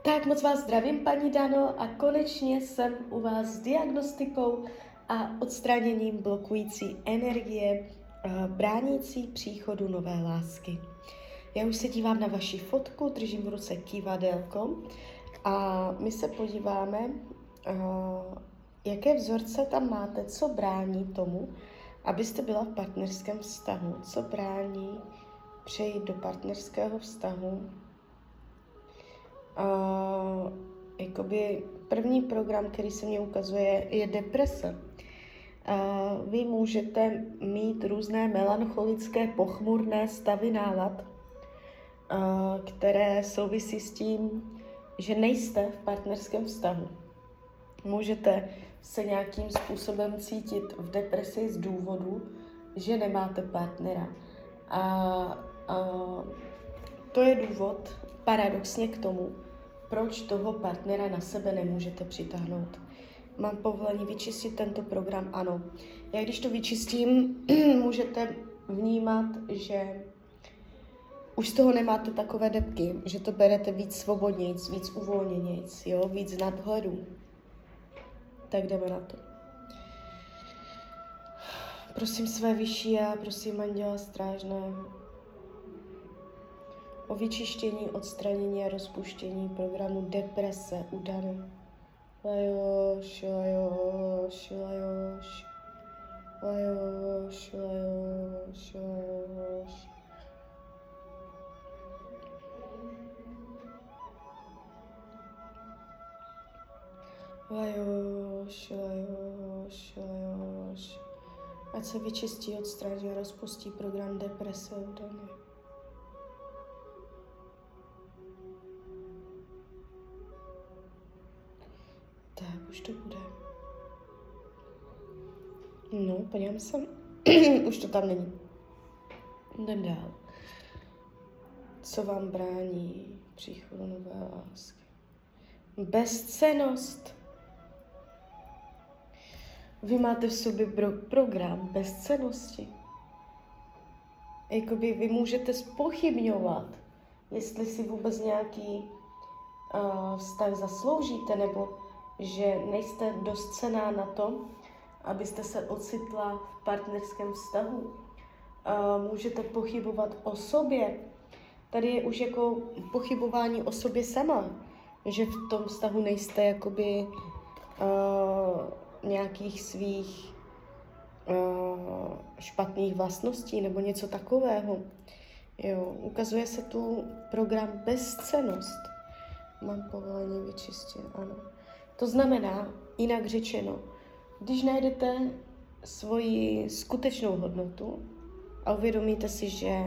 Tak moc vás zdravím, paní Dano, a konečně jsem u vás s diagnostikou a odstraněním blokující energie, bránící příchodu nové lásky. Já už se dívám na vaši fotku, držím v ruce kývadelko a my se podíváme, jaké vzorce tam máte, co brání tomu, abyste byla v partnerském vztahu, co brání přejít do partnerského vztahu. Jakoby první program, který se mně ukazuje, je deprese. Vy můžete mít různé melancholické, pochmurné stavy nálad, které souvisí s tím, že nejste v partnerském vztahu. Můžete se nějakým způsobem cítit v depresi z důvodu, že nemáte partnera. To je důvod paradoxně k tomu, proč toho partnera na sebe nemůžete přitáhnout. Mám povolení vyčistit tento program? Ano. Já když to vyčistím, můžete vnímat, že už z toho nemáte takové depky, že to berete víc svobodnějc, víc uvolněnějc, jo? Víc nadhledu. Tak jdeme na to. Prosím své vyšší a prosím anděla strážného o vyčištění, odstranění a rozpuštění programu deprese u Dany. Lajoš, lajoš, lajoš, lajoš, lajoš, lajoš. Lajoš, lajoš, lajoš. Ať se vyčistí, odstraní a rozpustí program deprese u Dany. Tak, už to bude. No, podívám se. Už to tam není. Jdem dál. Co vám brání příchodu nové lásky? Bezcennost. Vy máte v sobě program bezcennosti. Jakoby vy můžete zpochybňovat, jestli si vůbec nějaký vztah zasloužíte, nebo že nejste dost cenná na to, abyste se ocitla v partnerském vztahu. Můžete pochybovat o sobě. Tady je už jako pochybování o sobě sama, že v tom vztahu nejste jakoby nějakých svých špatných vlastností nebo něco takového. Jo, ukazuje se tu program bezcennost. Mám povolení vyčistit, ano. To znamená, jinak řečeno, když najdete svoji skutečnou hodnotu a uvědomíte si, že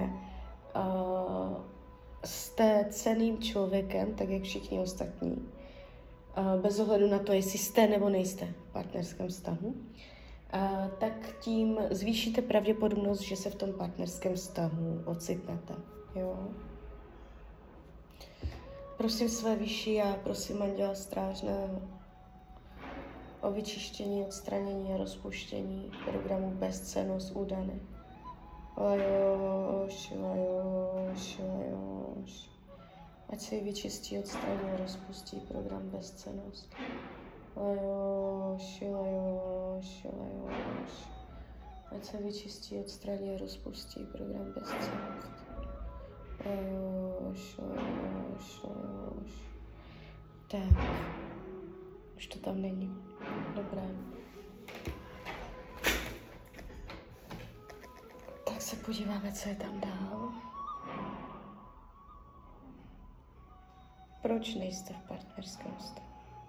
jste cenným člověkem, tak jak všichni ostatní, bez ohledu na to, jestli jste nebo nejste v partnerském vztahu, tak tím zvýšíte pravděpodobnost, že se v tom partnerském vztahu ocitnete. Jo? Prosím své vyšší a prosím anděla strážného o vyčištění, odstranění a rozpuštění programu bezcennost u Dany. Lajoš, lajoš, lajoš. Ať se ji vyčistí, odstraní a rozpustí program bezcennost. Lajoš, lajoš, lajoš. Ať se vyčistí, odstraní a rozpustí program bezcennost. Lajoš, lajoš, lajoš. Tak. Už to tam není. Dobré. Tak se podíváme, co je tam dál. Proč nejste v partnerském vztahu?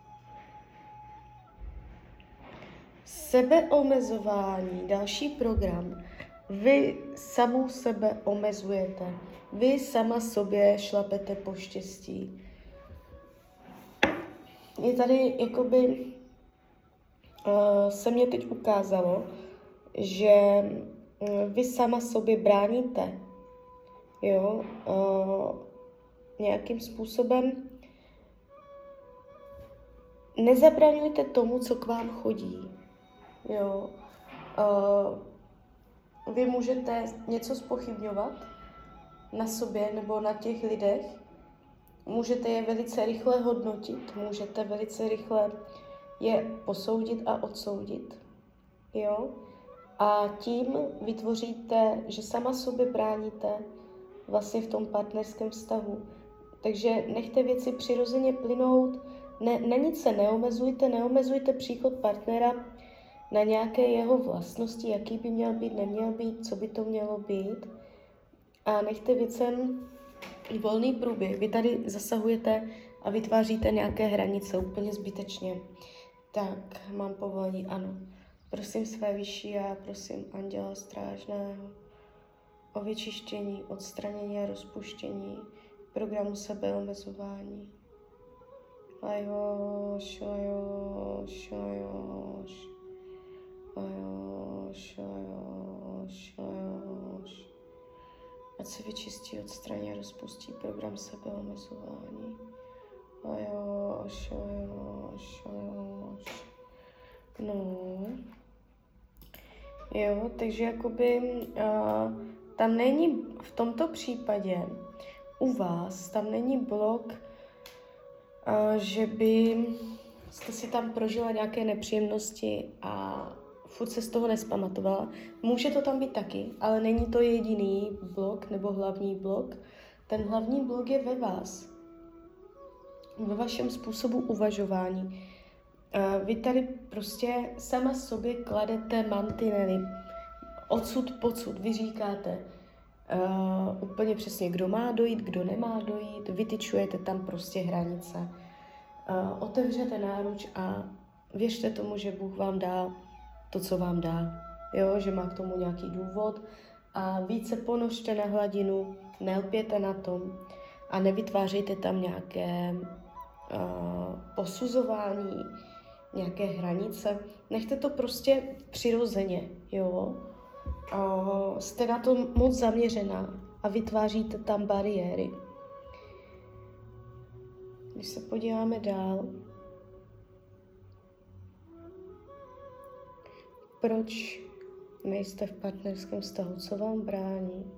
Sebeomezování, další program. Vy samou sebe omezujete. Vy sama sobě šlapete po štěstí. Je tady, jakoby, se mně teď ukázalo, že vy sama sobě bráníte, jo, nějakým způsobem. Nezabraňujte tomu, co k vám chodí, jo. Vy můžete něco zpochybňovat na sobě nebo na těch lidech, můžete je velice rychle hodnotit, můžete velice rychle je posoudit a odsoudit, jo? A tím vytvoříte, že sama sobě bráníte vlastně v tom partnerském vztahu. Takže nechte věci přirozeně plynout, na nic se neomezujte příchod partnera na nějaké jeho vlastnosti, jaký by měl být, neměl být, co by to mělo být. A nechte věcem volný průběh. Vy tady zasahujete a vytváříte nějaké hranice úplně zbytečně. Tak, mám povolení, ano. Prosím své vyšší já, prosím anděla strážného o vyčištění, odstranění a rozpuštění programu sebeomezování. Lajoš, lajoš, lajoš, lajoš, lajoš, lajoš. Ať se vyčistí, odstraní a rozpustí program sebeomezování. Lajoš, lajoš, lajoš. No. Jo, takže jakoby tam není v tomto případě u vás, tam není blok, že by jste si tam prožila nějaké nepříjemnosti a furt se z toho nespamatovala. Může to tam být taky, ale není to jediný blok nebo hlavní blok. Ten hlavní blok je ve vás, ve vašem způsobu uvažování. Vy tady prostě sama sobě kladete mantinely, odsud pocud, vy říkáte úplně přesně, kdo má dojít, kdo nemá dojít, vytyčujete tam prostě hranice. Otevřete náruč a věřte tomu, že Bůh vám dá to, co vám dá. Jo, že má k tomu nějaký důvod a více ponožte na hladinu, nelpěte na tom a nevytvářejte tam nějaké posuzování, nějaké hranice. Nechte to prostě přirozeně, jo. Jste na to moc zaměřená a vytváříte tam bariéry. Když se podíváme dál, proč nejste v partnerském vztahu, co vám brání?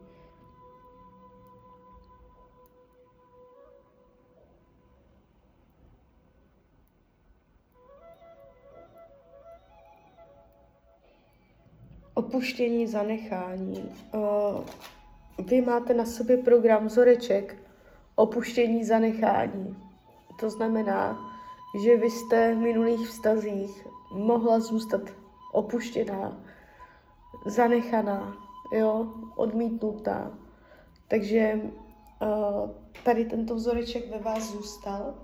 Opuštění, zanechání. Vy máte na sobě program vzoreček opuštění, zanechání. To znamená, že vy jste v minulých vztazích mohla zůstat opuštěná, zanechaná, jo, odmítnutá. Takže tady tento vzoreček ve vás zůstal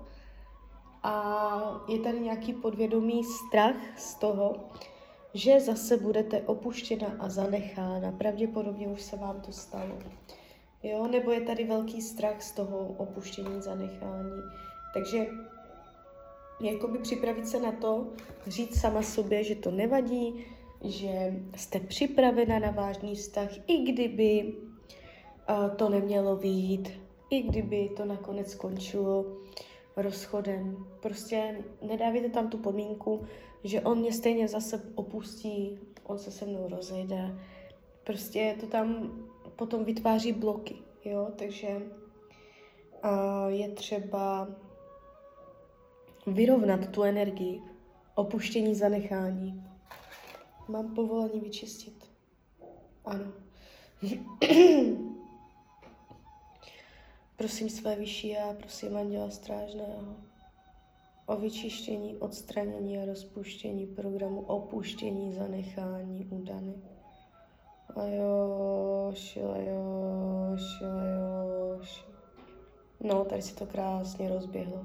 a je tady nějaký podvědomý strach z toho, že zase budete opuštěna a zanechána. Pravděpodobně už se vám to stalo. Jo? Nebo je tady velký strach z toho opuštění, zanechání. Takže jakoby připravit se na to, říct sama sobě, že to nevadí, že jste připravena na vážný vztah, i kdyby to nemělo vyjít, i kdyby to nakonec skončilo rozchodem. Prostě nedávajte tam tu podmínku, že on mě stejně zase opustí, on se se mnou rozejde. Prostě to tam potom vytváří bloky, jo, takže je třeba vyrovnat tu energii, opuštění, zanechání. Mám povolení vyčistit. Ano. Prosím své vyšší já, prosím anděla strážného o vyčištění, odstranění a rozpuštění programu opuštění, zanechání u Dany. Lajoš, lajoš, lajoš. No, tady se to krásně rozběhlo.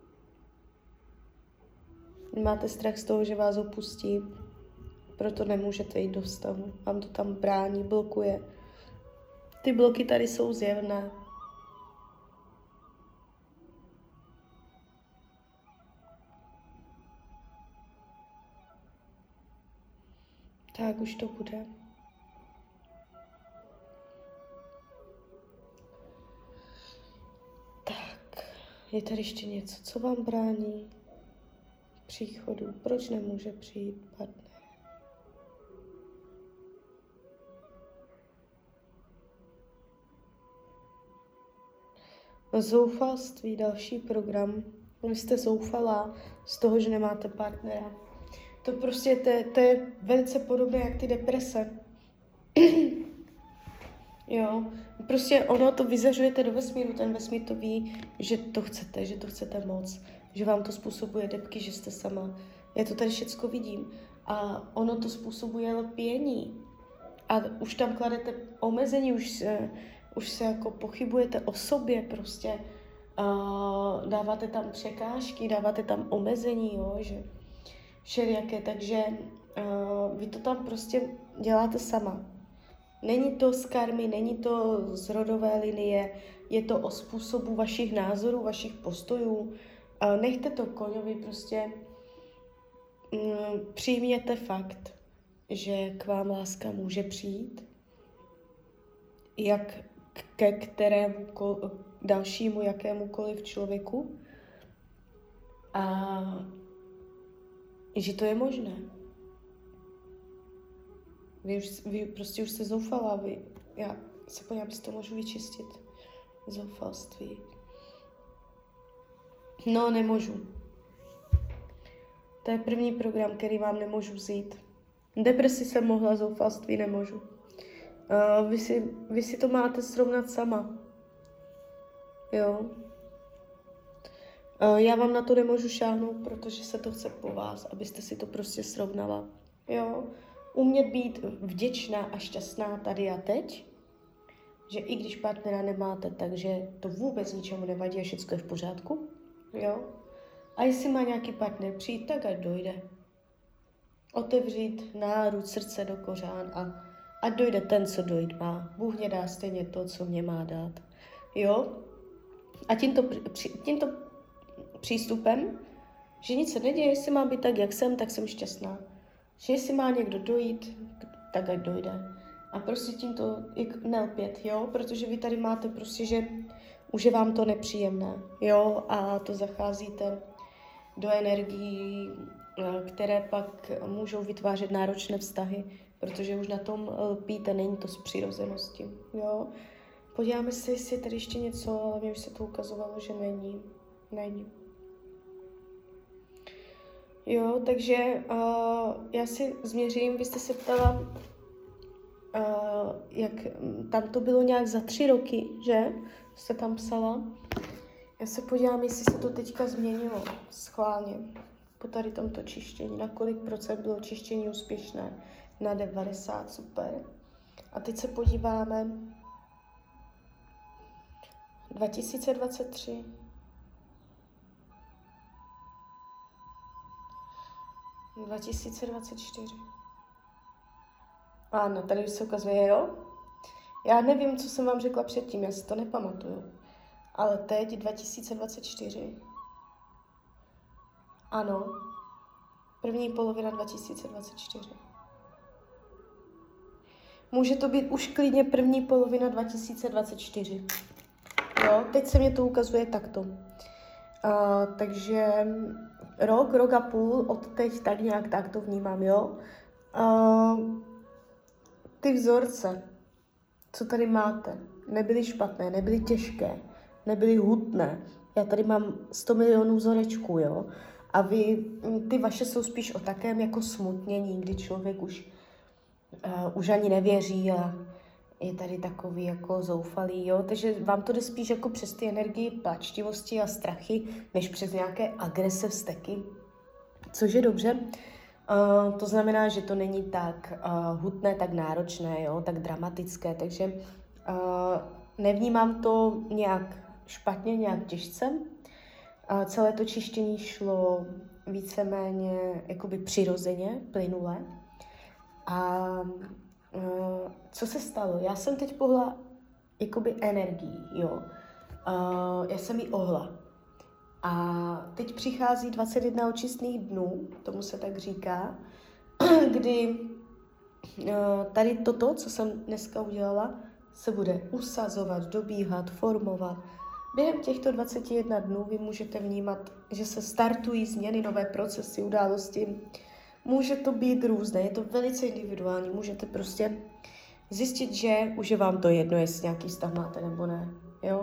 Máte strach z toho, že vás opustí, proto nemůžete jít do vztahu. Vám to tam brání, blokuje. Ty bloky tady jsou zjevné. Tak už to bude. Tak, je tady ještě něco, co vám brání příchodu? Proč nemůže přijít partner? Zoufalství, další program. Vy jste zoufalá z toho, že nemáte partnera. To prostě, to je velice podobné jak ty deprese. Jo, prostě ono to vyzařujete do vesmíru, ten vesmír to ví, že to chcete moc, že vám to způsobuje depky, že jste sama. Já to tady všecko vidím. A ono to způsobuje lpění. A už tam kladete omezení, už se jako pochybujete o sobě prostě. Dáváte tam překážky, dáváte tam omezení, jo, že všelijaké, takže vy to tam prostě děláte sama. Není to z karmy, není to z rodové linie, je to o způsobu vašich názorů, vašich postojů. Nechte to koňovi, prostě přijměte fakt, že k vám láska může přijít, jak ke kterému dalšímu jakémukoliv člověku a že to je možné. Vy prostě už jste zoufalá, já se podívám, jestli to můžu vyčistit. Zoufalství. No, nemůžu. To je první program, který vám nemůžu vzít. Depresi jsem mohla, zoufalství nemůžu. Vy si to máte srovnat sama. Jo. Já vám na to nemůžu šáhnout, protože se to chce po vás, abyste si to prostě srovnala. Jo. Umět být vděčná a šťastná tady a teď, že i když partnera nemáte, takže to vůbec ničemu nevadí a všechno je v pořádku. Jo. A jestli má nějaký partner přijít, tak ať dojde. Otevřít náruč srdce do kořán a ať dojde ten, co dojít má. Bůh mě dá stejně to, co mě má dát. Jo? A tímto přístupem, že nic se neděje, jestli mám být tak, jak jsem, tak jsem šťastná. Že jestli má někdo dojít, tak ať dojde. A prostě tímto nelpět, jo? Protože vy tady máte prostě, že už je vám to nepříjemné, jo? A to zacházíte do energií, které pak můžou vytvářet náročné vztahy, protože už na tom lpíte, není to z přirozenosti, jo? Podíváme se, jestli je tady ještě něco, ale mě už se to ukazovalo, že není. Jo, takže já si změřím, vy jste se ptala, jak tam to bylo nějak za 3 roky, že? Jste tam psala. Já se podívám, jestli se to teďka změnilo schválně. Po tady tomto čištění. Na kolik procent bylo čištění úspěšné? Na 90, super. A teď se podíváme 2023. Ano, tady už se ukazuje, jo? Já nevím, co jsem vám řekla předtím, já si to nepamatuju. Ale teď 2024. Ano, první polovina 2024. Může to být už klidně první polovina 2024. Jo, teď se mě to ukazuje takto. Takže rok a půl od teď tak nějak tak to vnímám, jo. Ty vzorce, co tady máte, nebyly špatné, nebyly těžké, nebyly hutné. Já tady mám 100 milionů vzorečků, jo. A ty vaše jsou spíš o takém jako smutnění, kdy člověk už ani nevěří a je tady takový jako zoufalý, jo. Takže vám to jde spíš jako přes ty energii plačtivosti a strachy, než přes nějaké agrese, vzteky, což je dobře. To znamená, že to není tak hutné, tak náročné, jo, tak dramatické, takže nevnímám to nějak špatně, nějak těžce. Celé to čištění šlo víceméně jakoby přirozeně, plynule. A co se stalo? Já jsem teď pohla jakoby energií, jo. Já jsem ji ohla. A teď přichází 21 očistných dnů, tomu se tak říká, kdy tady toto, co jsem dneska udělala, se bude usazovat, dobíhat, formovat. Během těchto 21 dnů vy můžete vnímat, že se startují změny, nové procesy, události. Může to být různé, je to velice individuální, můžete prostě zjistit, že už je vám to jedno, jestli nějaký vztah máte nebo ne, jo?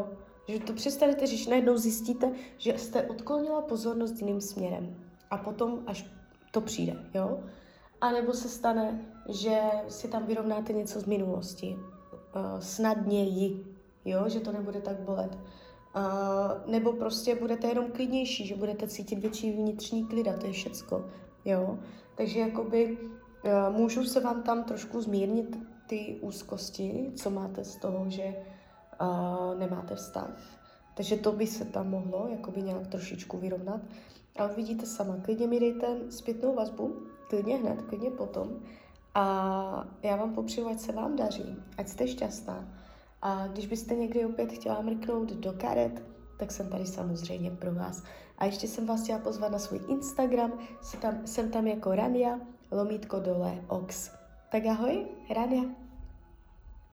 Že to přestanete řešit, najednou zjistíte, že jste odklonila pozornost jiným směrem. A potom až to přijde, jo? A nebo se stane, že si tam vyrovnáte něco z minulosti. Snadněji, jo? Že to nebude tak bolet. Nebo prostě budete jenom klidnější, že budete cítit větší vnitřní klid a to je všecko, jo? Takže jakoby můžu se vám tam trošku zmírnit ty úzkosti, co máte z toho, že nemáte vztah. Takže to by se tam mohlo jakoby nějak trošičku vyrovnat. A vidíte sama, klidně mi dejte zpětnou vazbu, klidně hned, klidně potom. A já vám popřeju, ať se vám daří, ať jste šťastná. A když byste někdy opět chtěla mrknout do karet, tak jsem tady samozřejmě pro vás. A ještě jsem vás chtěla pozvat na svůj Instagram, jsem tam jako Rania, _ox. Tak ahoj, Rania.